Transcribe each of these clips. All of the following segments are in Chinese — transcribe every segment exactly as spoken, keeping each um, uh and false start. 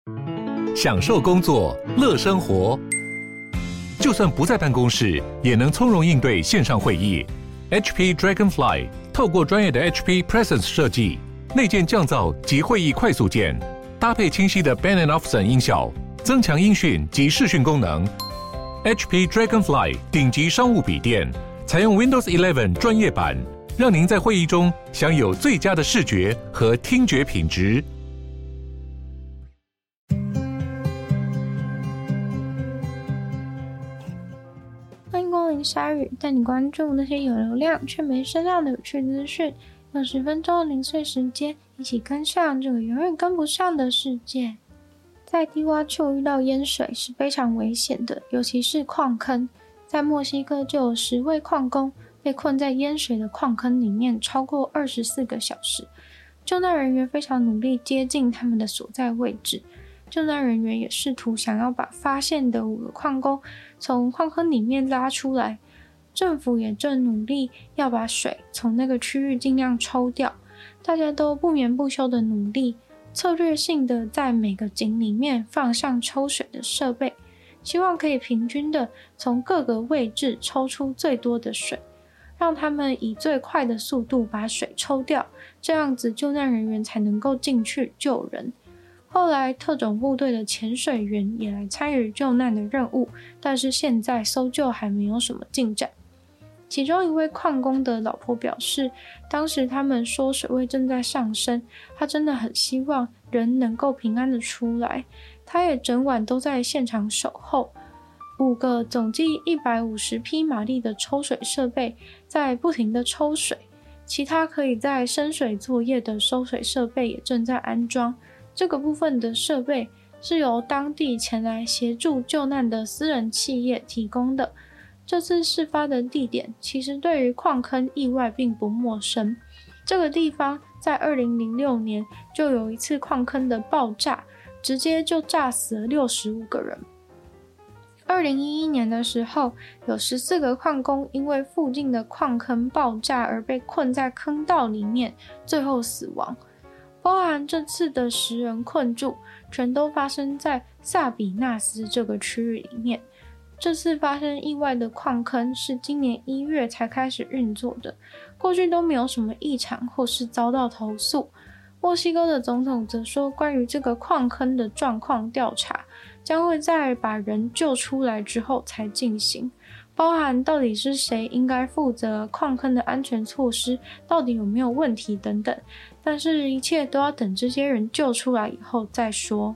享受工作，乐生活。就算不在办公室，也能从容应对线上会议。H P Dragonfly 透过专业的 H P Presence 设计，内建降噪及会议快速键，搭配清晰的 Bang and Olufsen 音效，增强音讯及视讯功能。H P Dragonfly 顶级商务笔电，采用 Windows 十一专业版，让您在会议中享有最佳的视觉和听觉品质。 欢迎光临鲨鱼，带你关注那些有流量却没声量的有趣资讯。用十分钟的零碎时间，一起跟上这个永远跟不上的世界。在低洼处遇到淹水是非常危险的，尤其是矿坑。在墨西哥就有十位矿工被困在淹水的矿坑里面超过二十四个小时，救难人员非常努力接近他们的所在位置。救难人员也试图想要把发现的五个矿工从矿坑里面拉出来，政府也正努力要把水从那个区域尽量抽掉。大家都不眠不休的努力，策略性的在每个井里面放上抽水的设备，希望可以平均的从各个位置抽出最多的水，让他们以最快的速度把水抽掉，这样子救难人员才能够进去救人。后来特种部队的潜水员也来参与救难的任务，但是现在搜救还没有什么进展。其中一位矿工的老婆表示，当时他们说水位正在上升，他真的很希望人能够平安的出来。他也整晚都在现场守候，五个总计一百五十匹马力的抽水设备在不停的抽水，其他可以在深水作业的收水设备也正在安装。这个部分的设备是由当地前来协助救难的私人企业提供的。这次事发的地点其实对于矿坑意外并不陌生，这个地方在二零零六年就有一次矿坑的爆炸，直接就炸死了六十五个人。二零一一年的时候，有十四个矿工因为附近的矿坑爆炸而被困在坑道里面，最后死亡。包含这次的十人困住，全都发生在萨比纳斯这个区域里面。这次发生意外的矿坑是今年一月才开始运作的，过去都没有什么异常或是遭到投诉。墨西哥的总统则说，关于这个矿坑的状况调查将会在把人救出来之后才进行，包含到底是谁应该负责矿坑的安全措施，到底有没有问题等等，但是一切都要等这些人救出来以后再说。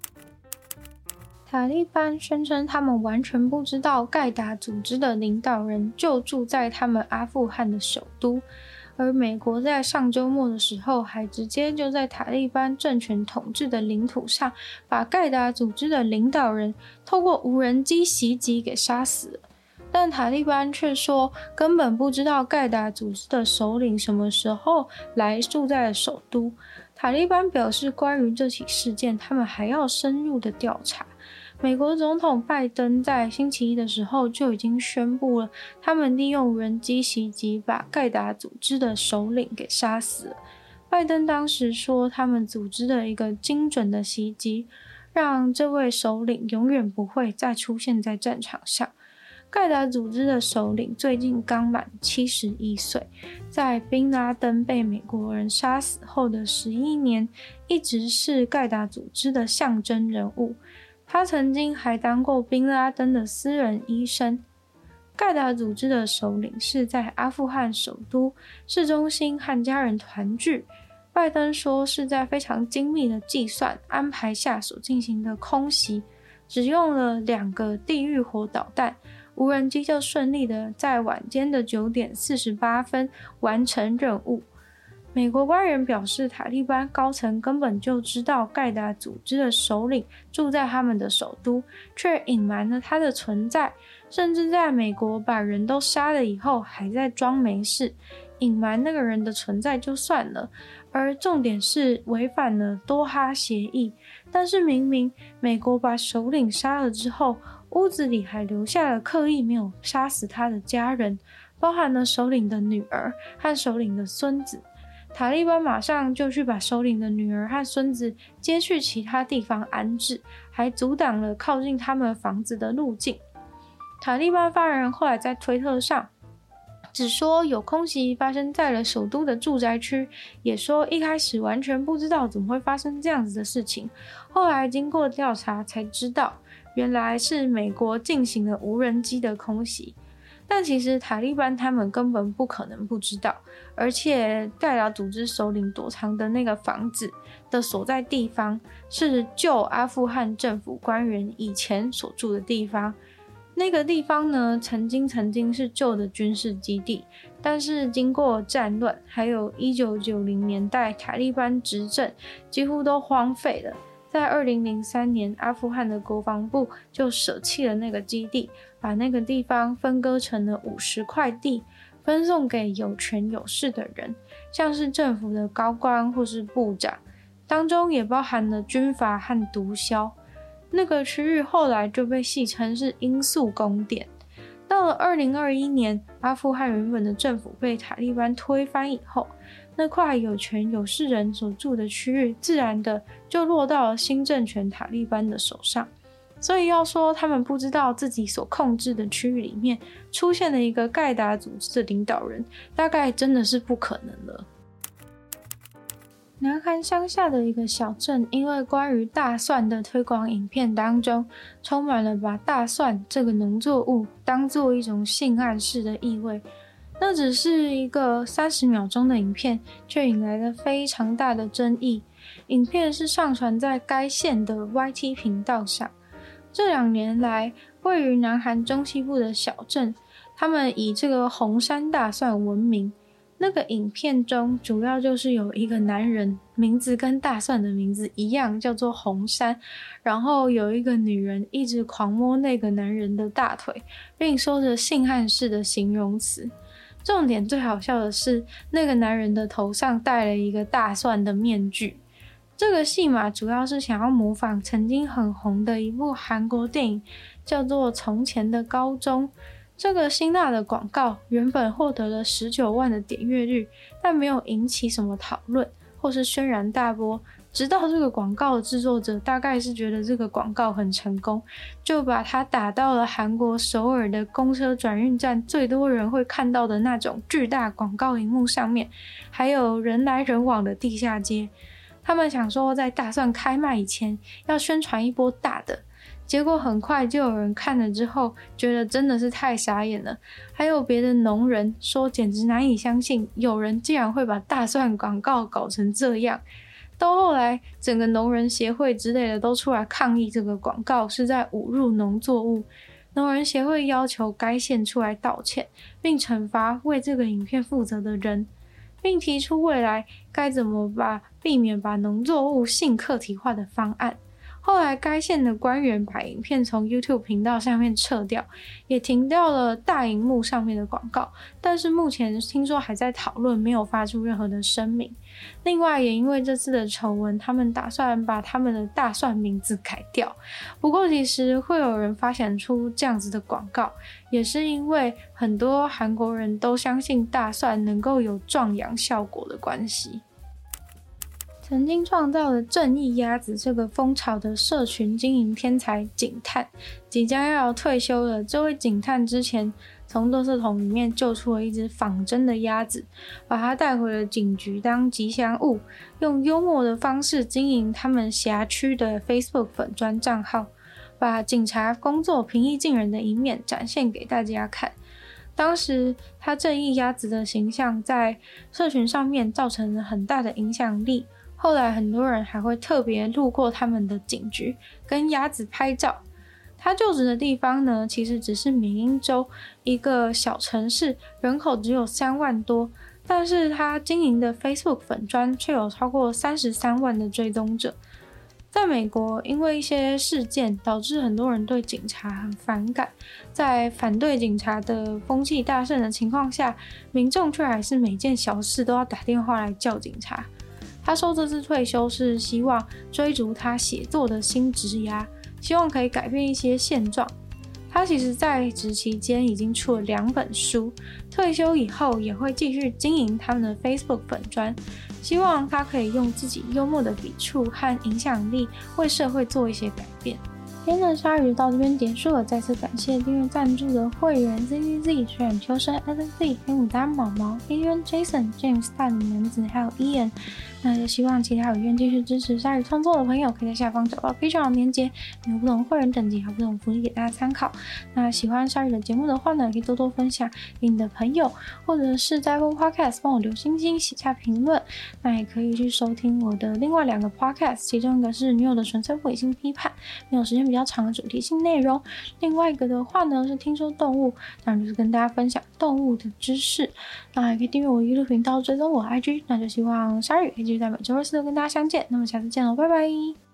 塔利班宣称他们完全不知道盖达组织的领导人就住在他们阿富汗的首都，而美国在上周末的时候还直接就在塔利班政权统治的领土上把盖达组织的领导人透过无人机袭击给杀死了。但塔利班却说根本不知道盖达组织的首领什么时候来住在了首都。塔利班表示，关于这起事件他们还要深入的调查。美国总统拜登在星期一的时候就已经宣布了，他们利用无人机袭击把盖达组织的首领给杀死了。拜登当时说，他们组织的一个精准的袭击，让这位首领永远不会再出现在战场上。盖达组织的首领最近刚满七十一岁，在宾拉登被美国人杀死后的十一年，一直是盖达组织的象征人物。他曾经还当过宾拉登的私人医生。盖达组织的首领是在阿富汗首都市中心和家人团聚。拜登说是在非常精密的计算安排下所进行的空袭，只用了两个地狱火导弹，无人机就顺利的在晚间的九点四十八分完成任务。美国官员表示，塔利班高层根本就知道盖达组织的首领住在他们的首都，却隐瞒了他的存在，甚至在美国把人都杀了以后还在装没事，隐瞒那个人的存在就算了，而重点是违反了多哈协议。但是明明美国把首领杀了之后，屋子里还留下了刻意没有杀死他的家人，包含了首领的女儿和首领的孙子。 塔利班马上就去把首领的女儿和孙子接去其他地方安置，还阻挡了靠近他们房子的路径。塔利班发言人后来在推特上只说有空袭发生在了首都的住宅区，也说一开始完全不知道怎么会发生这样子的事情，后来经过调查才知道原来是美国进行了无人机的空袭。但其实塔利班他们根本不可能不知道，而且盖达组织首领躲藏的那个房子的所在地方是旧阿富汗政府官员以前所住的地方。那个地方呢，曾经曾经是旧的军事基地，但是经过战乱，还有一九九零年代塔利班执政，几乎都荒废了。在二零零三年，阿富汗的国防部就舍弃了那个基地，把那个地方分割成了五十块地，分送给有权有势的人，像是政府的高官或是部长，当中也包含了军阀和毒枭。那个区域后来就被戏称是罂粟宫殿。到了二零二一年，阿富汗原本的政府被塔利班推翻以后，那块有权有势人所住的区域自然的就落到了新政权塔利班的手上。所以要说他们不知道自己所控制的区域里面出现了一个盖达组织的领导人，大概真的是不可能了。南韩乡下的一个小镇，因为关于大蒜的推广影片当中充满了把大蒜这个农作物当作一种性暗示的意味，那只是一个三十秒钟的影片，却引来了非常大的争议。影片是上传在该县的 Y T 频道上。这两年来，位于南韩中西部的小镇，他们以这个红山大蒜闻名。那个影片中主要就是有一个男人，名字跟大蒜的名字一样，叫做红山，然后有一个女人一直狂摸那个男人的大腿，并说着性暗示的形容词。重点最好笑的是，那个男人的头上戴了一个大蒜的面具。这个戏码主要是想要模仿曾经很红的一部韩国电影，叫做《从前的高中》。这个辛辣的广告原本获得了十九万的点阅率，但没有引起什么讨论或是轩然大波，直到这个广告的制作者大概是觉得这个广告很成功，就把它打到了韩国首尔的公车转运站最多人会看到的那种巨大广告荧幕上面，还有人来人往的地下街。他们想说在大蒜开卖以前要宣传一波大的，结果很快就有人看了之后觉得真的是太傻眼了，还有别的农人说简直难以相信有人竟然会把大蒜广告搞成这样。到后来整个农人协会之类的都出来抗议这个广告是在侮辱农作物，农人协会要求该县出来道歉，并惩罚为这个影片负责的人，并提出未来该怎么把避免把农作物性客体化的方案。后来该县的官员把影片从 YouTube 频道上面撤掉，也停掉了大荧幕上面的广告，但是目前听说还在讨论，没有发出任何的声明。另外也因为这次的丑闻，他们打算把他们的大蒜名字改掉。不过其实会有人发现出这样子的广告，也是因为很多韩国人都相信大蒜能够有壮阳效果的关系。曾经创造了正义鸭子这个风潮的社群经营天才警探，即将要退休了。这位警探之前从垃圾桶里面救出了一只仿真的鸭子，把它带回了警局当吉祥物，用幽默的方式经营他们辖区的 Facebook 粉专账号，把警察工作平易近人的一面展现给大家看。当时他正义鸭子的形象在社群上面造成了很大的影响力，后来很多人还会特别路过他们的警局跟鸭子拍照。他就职的地方呢，其实只是缅因州一个小城市，人口只有三万多，但是他经营的 Facebook 粉专却有超过三十三万的追踪者。在美国，因为一些事件导致很多人对警察很反感，在反对警察的风气大盛的情况下，民众却还是每件小事都要打电话来叫警察。他说这次退休是希望追逐他写作的新职涯，希望可以改变一些现状。 他其实在职期间已经出了两本书，退休以后也会继续经营他们的 Facebook 粉专，希望他可以用自己幽默的笔触和影响力为社会做一些改变。今天的鲨鱼到这边结束了，再次感谢订阅赞助的会员 Z Z Z、水染秋生、S Z、黑牡丹、毛毛、Adrian、Jason、James、大龄男子，还有 Ian。那就希望其他有愿继续支持鲨鱼创作的朋友，可以在下方找到 Patreon 的连结，有不同会员等级和不同福利给大家参考。那喜欢鲨鱼的节目的话呢，可以多多分享给你的朋友，或者是在 Apple Podcast 帮我留星星、写下评论。那也可以去收听我的另外两个 Podcast， 其中一个是女友的纯粹伪性批判，没有时间比较长的主题性内容。另外一个的话呢是听说动物，当然就是跟大家分享动物的知识。那也可以订阅我的 YouTube 频道，追踪我 I G。那就希望鲨鱼可以继续在每周二四都跟大家相见。那么下次见喽，拜拜。